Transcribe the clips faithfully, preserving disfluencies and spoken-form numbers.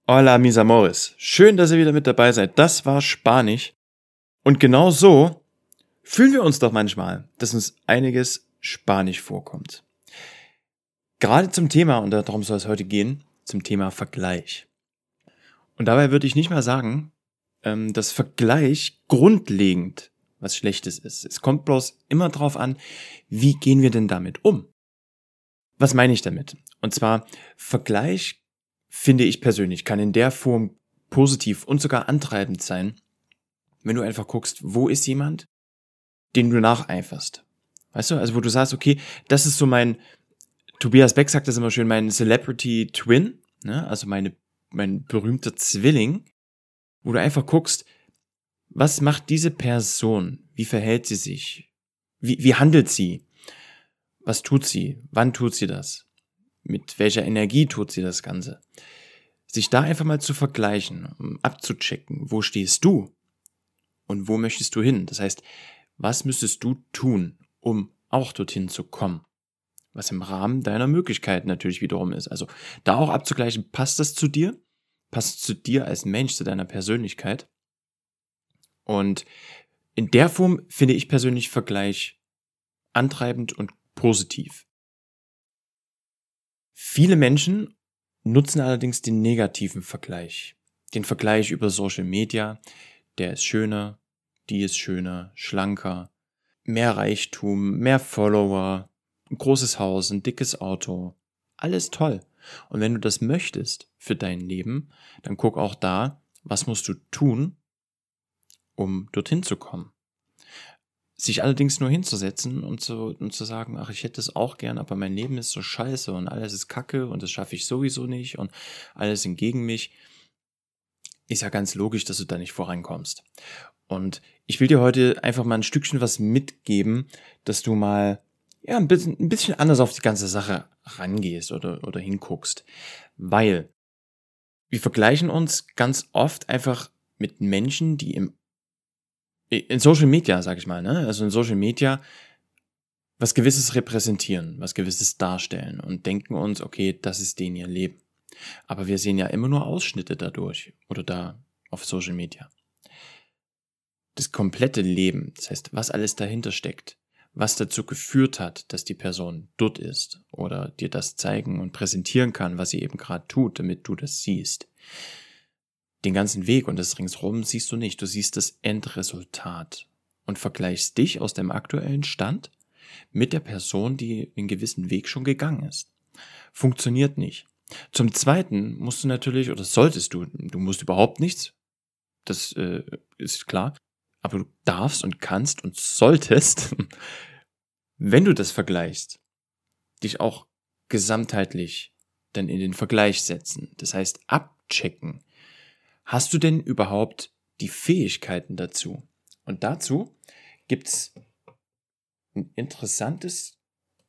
Hola, mis amores. Schön, dass ihr wieder mit dabei seid. Das war Spanisch. Und genau so fühlen wir uns doch manchmal, dass uns einiges Spanisch vorkommt. Gerade zum Thema, und darum soll es heute gehen, zum Thema Vergleich. Und dabei würde ich nicht mal sagen, dass Vergleich grundlegend was Schlechtes ist. Es kommt bloß immer drauf an, wie gehen wir denn damit um? Was meine ich damit? Und zwar, Vergleich, finde ich persönlich, kann in der Form positiv und sogar antreibend sein, wenn du einfach guckst, wo ist jemand, den du nacheiferst. Weißt du, also wo du sagst, okay, das ist so mein, Tobias Beck sagt das immer schön, mein Celebrity Twin, ne? Also meine, mein berühmter Zwilling, wo du einfach guckst, was macht diese Person, wie verhält sie sich, wie, wie handelt sie, was tut sie, wann tut sie das, mit welcher Energie tut sie das Ganze. Sich da einfach mal zu vergleichen, um abzuchecken, wo stehst du und wo möchtest du hin. Das heißt, was müsstest du tun, um auch dorthin zu kommen? Was im Rahmen deiner Möglichkeiten natürlich wiederum ist. Also da auch abzugleichen, passt das zu dir? Passt es zu dir als Mensch, zu deiner Persönlichkeit? Und in der Form finde ich persönlich Vergleich antreibend und positiv. Viele Menschen nutzen allerdings den negativen Vergleich. Den Vergleich über Social Media, der ist schöner, die ist schöner, schlanker, mehr Reichtum, mehr Follower, ein großes Haus, ein dickes Auto, alles toll. Und wenn du das möchtest für dein Leben, dann guck auch da, was musst du tun, um dorthin zu kommen. Sich allerdings nur hinzusetzen und zu, und zu sagen, ach, ich hätte es auch gern, aber mein Leben ist so scheiße und alles ist kacke und das schaffe ich sowieso nicht und alles sind gegen mich, ist ja ganz logisch, dass du da nicht vorankommst. Und ich will dir heute einfach mal ein Stückchen was mitgeben, dass du mal ja ein bisschen, ein bisschen anders auf die ganze Sache rangehst oder, oder hinguckst. Weil wir vergleichen uns ganz oft einfach mit Menschen, die im in Social Media, sag ich mal, ne? Also in Social Media was Gewisses repräsentieren, was Gewisses darstellen und denken uns, okay, das ist denen ihr Leben. Aber wir sehen ja immer nur Ausschnitte dadurch oder da auf Social Media. Das komplette Leben, das heißt, was alles dahinter steckt, was dazu geführt hat, dass die Person dort ist oder dir das zeigen und präsentieren kann, was sie eben gerade tut, damit du das siehst. Den ganzen Weg und das ringsrum siehst du nicht. Du siehst das Endresultat und vergleichst dich aus dem aktuellen Stand mit der Person, die einen gewissen Weg schon gegangen ist. Funktioniert nicht. Zum Zweiten musst du natürlich, oder solltest du, du musst überhaupt nichts, das äh, ist klar, aber du darfst und kannst und solltest, wenn du das vergleichst, dich auch gesamtheitlich dann in den Vergleich setzen. Das heißt, abchecken. Hast du denn überhaupt die Fähigkeiten dazu? Und dazu gibt's ein interessantes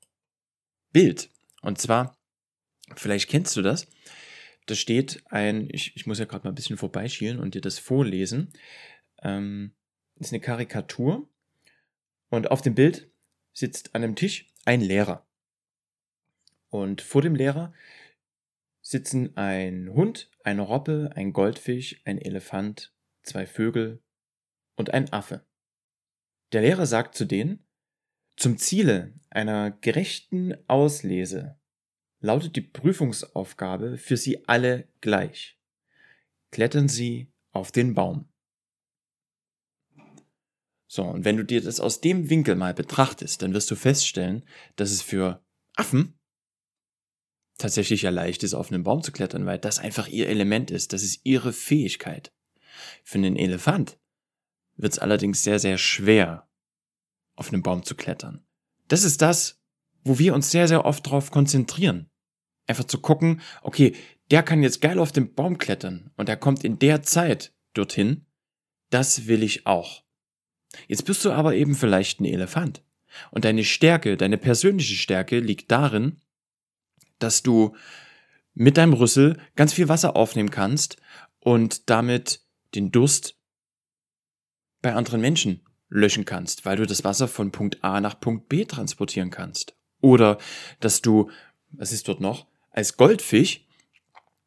Bild. Und zwar, vielleicht kennst du das, da steht ein, ich, ich muss ja gerade mal ein bisschen vorbeischielen und dir das vorlesen, ähm, das ist eine Karikatur und auf dem Bild sitzt an einem Tisch ein Lehrer. Und vor dem Lehrer sitzen ein Hund, eine Robbe, ein Goldfisch, ein Elefant, zwei Vögel und ein Affe. Der Lehrer sagt zu denen, zum Ziele einer gerechten Auslese lautet die Prüfungsaufgabe für Sie alle gleich. Klettern Sie auf den Baum. So, und wenn du dir das aus dem Winkel mal betrachtest, dann wirst du feststellen, dass es für Affen tatsächlich ja leicht ist, auf einen Baum zu klettern, weil das einfach ihr Element ist, das ist ihre Fähigkeit. Für einen Elefant wird es allerdings sehr, sehr schwer, auf einen Baum zu klettern. Das ist das, wo wir uns sehr, sehr oft darauf konzentrieren. Einfach zu gucken, okay, der kann jetzt geil auf den Baum klettern und er kommt in der Zeit dorthin, das will ich auch. Jetzt bist du aber eben vielleicht ein Elefant und deine Stärke, deine persönliche Stärke liegt darin, dass du mit deinem Rüssel ganz viel Wasser aufnehmen kannst und damit den Durst bei anderen Menschen löschen kannst, weil du das Wasser von Punkt A nach Punkt B transportieren kannst. Oder dass du, was ist dort noch, als Goldfisch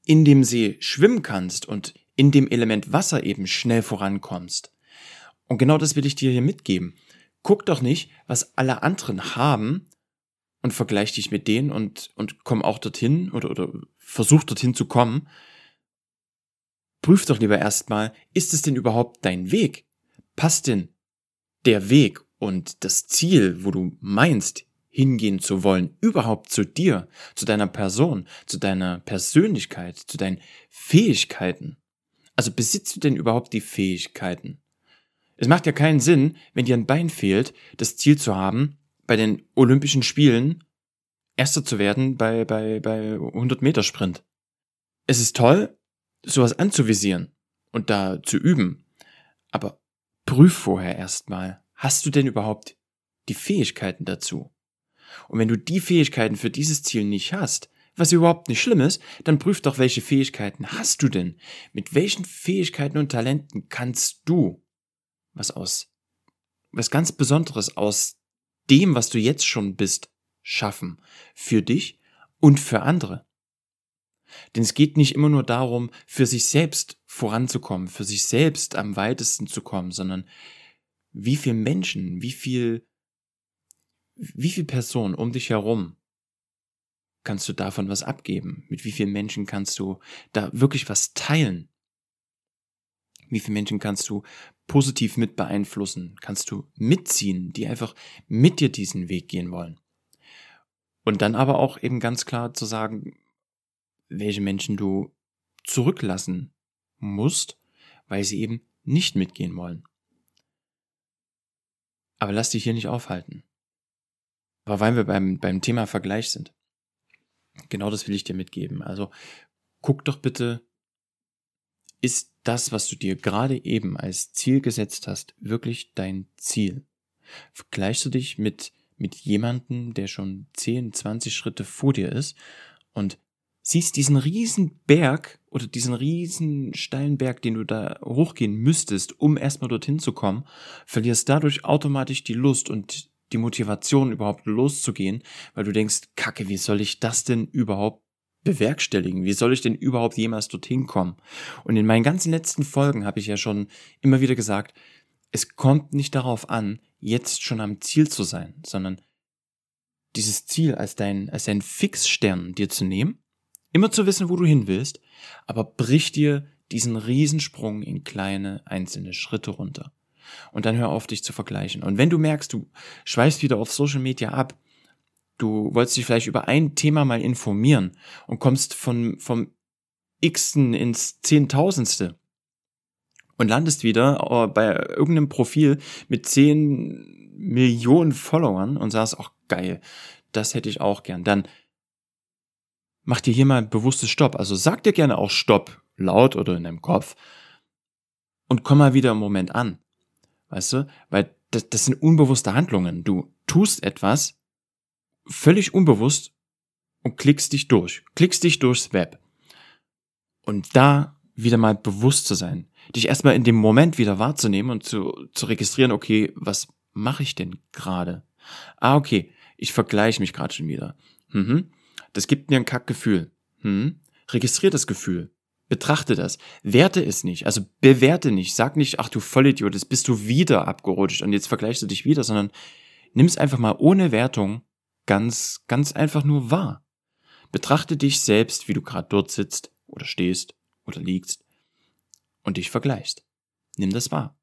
in dem See schwimmen kannst und in dem Element Wasser eben schnell vorankommst. Und genau das will ich dir hier mitgeben. Guck doch nicht, was alle anderen haben und vergleich dich mit denen und, und komm auch dorthin oder, oder versuch dorthin zu kommen. Prüf doch lieber erstmal, ist es denn überhaupt dein Weg? Passt denn der Weg und das Ziel, wo du meinst, hingehen zu wollen, überhaupt zu dir, zu deiner Person, zu deiner Persönlichkeit, zu deinen Fähigkeiten? Also besitzt du denn überhaupt die Fähigkeiten? Es macht ja keinen Sinn, wenn dir ein Bein fehlt, das Ziel zu haben, bei den Olympischen Spielen Erster zu werden bei, bei, bei hundert Meter Sprint. Es ist toll, sowas anzuvisieren und da zu üben, aber prüf vorher erstmal, hast du denn überhaupt die Fähigkeiten dazu? Und wenn du die Fähigkeiten für dieses Ziel nicht hast, was überhaupt nicht schlimm ist, dann prüf doch, welche Fähigkeiten hast du denn? Mit welchen Fähigkeiten und Talenten kannst du was aus, was ganz Besonderes aus dem, was du jetzt schon bist, schaffen? Für dich und für andere. Denn es geht nicht immer nur darum, für sich selbst voranzukommen, für sich selbst am weitesten zu kommen, sondern wie viele Menschen, wie viel, wie viele Personen um dich herum kannst du davon was abgeben? Mit wie vielen Menschen kannst du da wirklich was teilen? Wie viele Menschen kannst du positiv mit beeinflussen? Kannst du mitziehen, die einfach mit dir diesen Weg gehen wollen? Und dann aber auch eben ganz klar zu sagen, welche Menschen du zurücklassen musst, weil sie eben nicht mitgehen wollen. Aber lass dich hier nicht aufhalten. Aber weil wir beim, beim Thema Vergleich sind. Genau das will ich dir mitgeben. Also guck doch bitte, ist das, was du dir gerade eben als Ziel gesetzt hast, wirklich dein Ziel? Vergleichst du dich mit, mit jemandem, der schon zehn, zwanzig Schritte vor dir ist und siehst diesen riesen Berg oder diesen riesen steilen Berg, den du da hochgehen müsstest, um erstmal dorthin zu kommen, verlierst dadurch automatisch die Lust und die Motivation, überhaupt loszugehen, weil du denkst, Kacke, wie soll ich das denn überhaupt bewerkstelligen? Wie soll ich denn überhaupt jemals dorthin kommen? Und in meinen ganzen letzten Folgen habe ich ja schon immer wieder gesagt, es kommt nicht darauf an, jetzt schon am Ziel zu sein, sondern dieses Ziel als dein, als dein Fixstern dir zu nehmen, immer zu wissen, wo du hin willst, aber brich dir diesen Riesensprung in kleine einzelne Schritte runter. Und dann hör auf, dich zu vergleichen. Und wenn du merkst, du schweifst wieder auf Social Media ab, du wolltest dich vielleicht über ein Thema mal informieren und kommst von, vom Xten ins Zehntausendste und landest wieder bei irgendeinem Profil mit zehn Millionen Followern und sagst, ach geil, das hätte ich auch gern. Dann mach dir hier mal ein bewusstes Stopp. Also sag dir gerne auch Stopp, laut oder in deinem Kopf und komm mal wieder im Moment an. Weißt du? Weil das, das sind unbewusste Handlungen. Du tust etwas völlig unbewusst und klickst dich durch. Klickst dich durchs Web. Und da wieder mal bewusst zu sein. Dich erstmal in dem Moment wieder wahrzunehmen und zu, zu registrieren, okay, was mache ich denn gerade? Ah, okay, ich vergleiche mich gerade schon wieder. Mhm. Das gibt mir ein Kackgefühl. Mhm. Registrier das Gefühl. Betrachte das. Werte es nicht. Also bewerte nicht. Sag nicht, ach du Vollidiot, jetzt bist du wieder abgerutscht und jetzt vergleichst du dich wieder, sondern nimm es einfach mal ohne Wertung ganz, ganz einfach nur wahr. Betrachte dich selbst, wie du gerade dort sitzt oder stehst oder liegst und dich vergleichst. Nimm das wahr.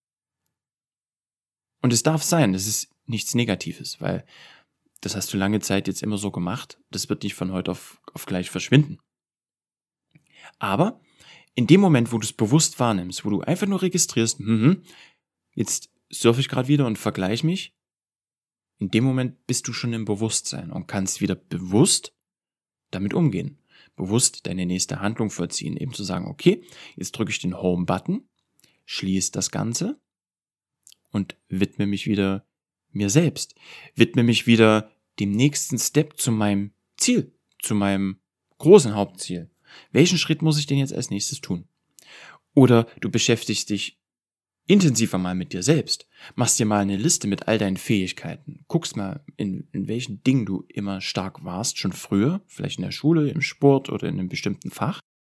Und es darf sein, das ist nichts Negatives, weil das hast du lange Zeit jetzt immer so gemacht. Das wird nicht von heute auf, auf gleich verschwinden. Aber in dem Moment, wo du es bewusst wahrnimmst, wo du einfach nur registrierst, hm, jetzt surfe ich gerade wieder und vergleiche mich, in dem Moment bist du schon im Bewusstsein und kannst wieder bewusst damit umgehen. Bewusst deine nächste Handlung vollziehen, eben zu sagen, okay, jetzt drücke ich den Home-Button, schließe das Ganze und widme mich wieder mir selbst. Widme mich wieder dem nächsten Step zu meinem Ziel, zu meinem großen Hauptziel. Welchen Schritt muss ich denn jetzt als nächstes tun? Oder du beschäftigst dich intensiver mal mit dir selbst. Machst dir mal eine Liste mit all deinen Fähigkeiten. Guckst mal, in, in welchen Dingen du immer stark warst, schon früher, vielleicht in der Schule, im Sport oder in einem bestimmten Fach.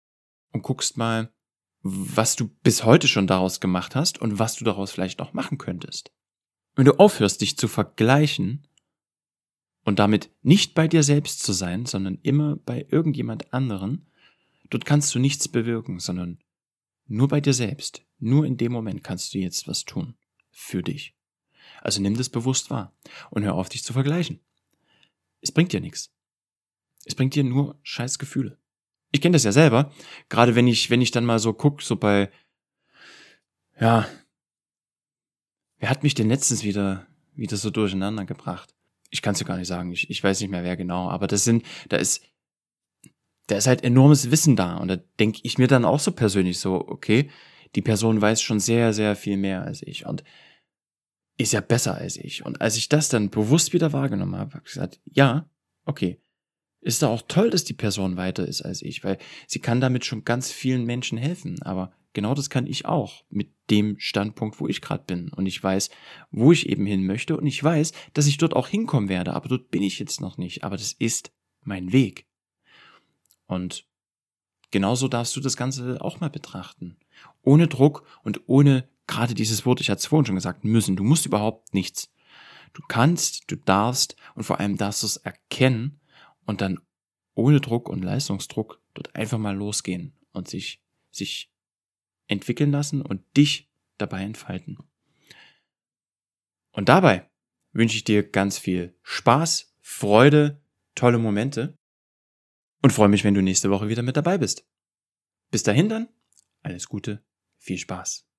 und guckst mal, was du bis heute schon daraus gemacht hast und was du daraus vielleicht noch machen könntest. Wenn du aufhörst, dich zu vergleichen und damit nicht bei dir selbst zu sein, sondern immer bei irgendjemand anderen, dort kannst du nichts bewirken, sondern nur bei dir selbst. Nur in dem Moment kannst du jetzt was tun. Für dich. Also nimm das bewusst wahr und hör auf, dich zu vergleichen. Es bringt dir nichts. Es bringt dir nur scheiß Gefühle. Ich kenne das ja selber, gerade wenn ich, wenn ich dann mal so gucke, so bei, ja, wer hat mich denn letztens wieder, wieder so durcheinander gebracht? Ich kann es dir gar nicht sagen, ich, ich weiß nicht mehr, wer genau, aber das sind, da ist, da ist halt enormes Wissen da und da denke ich mir dann auch so persönlich so, okay, die Person weiß schon sehr, sehr viel mehr als ich und ist ja besser als ich. Und als ich das dann bewusst wieder wahrgenommen habe, habe ich gesagt, ja, okay, ist doch auch toll, dass die Person weiter ist als ich, weil sie kann damit schon ganz vielen Menschen helfen. Aber genau das kann ich auch mit dem Standpunkt, wo ich gerade bin. Und ich weiß, wo ich eben hin möchte. Und ich weiß, dass ich dort auch hinkommen werde. Aber dort bin ich jetzt noch nicht. Aber das ist mein Weg. Und genauso darfst du das Ganze auch mal betrachten. Ohne Druck und ohne gerade dieses Wort, ich hatte es vorhin schon gesagt, müssen. Du musst überhaupt nichts. Du kannst, du darfst und vor allem darfst du es erkennen und dann ohne Druck und Leistungsdruck dort einfach mal losgehen und sich, sich entwickeln lassen und dich dabei entfalten. Und dabei wünsche ich dir ganz viel Spaß, Freude, tolle Momente und freue mich, wenn du nächste Woche wieder mit dabei bist. Bis dahin dann, alles Gute, viel Spaß.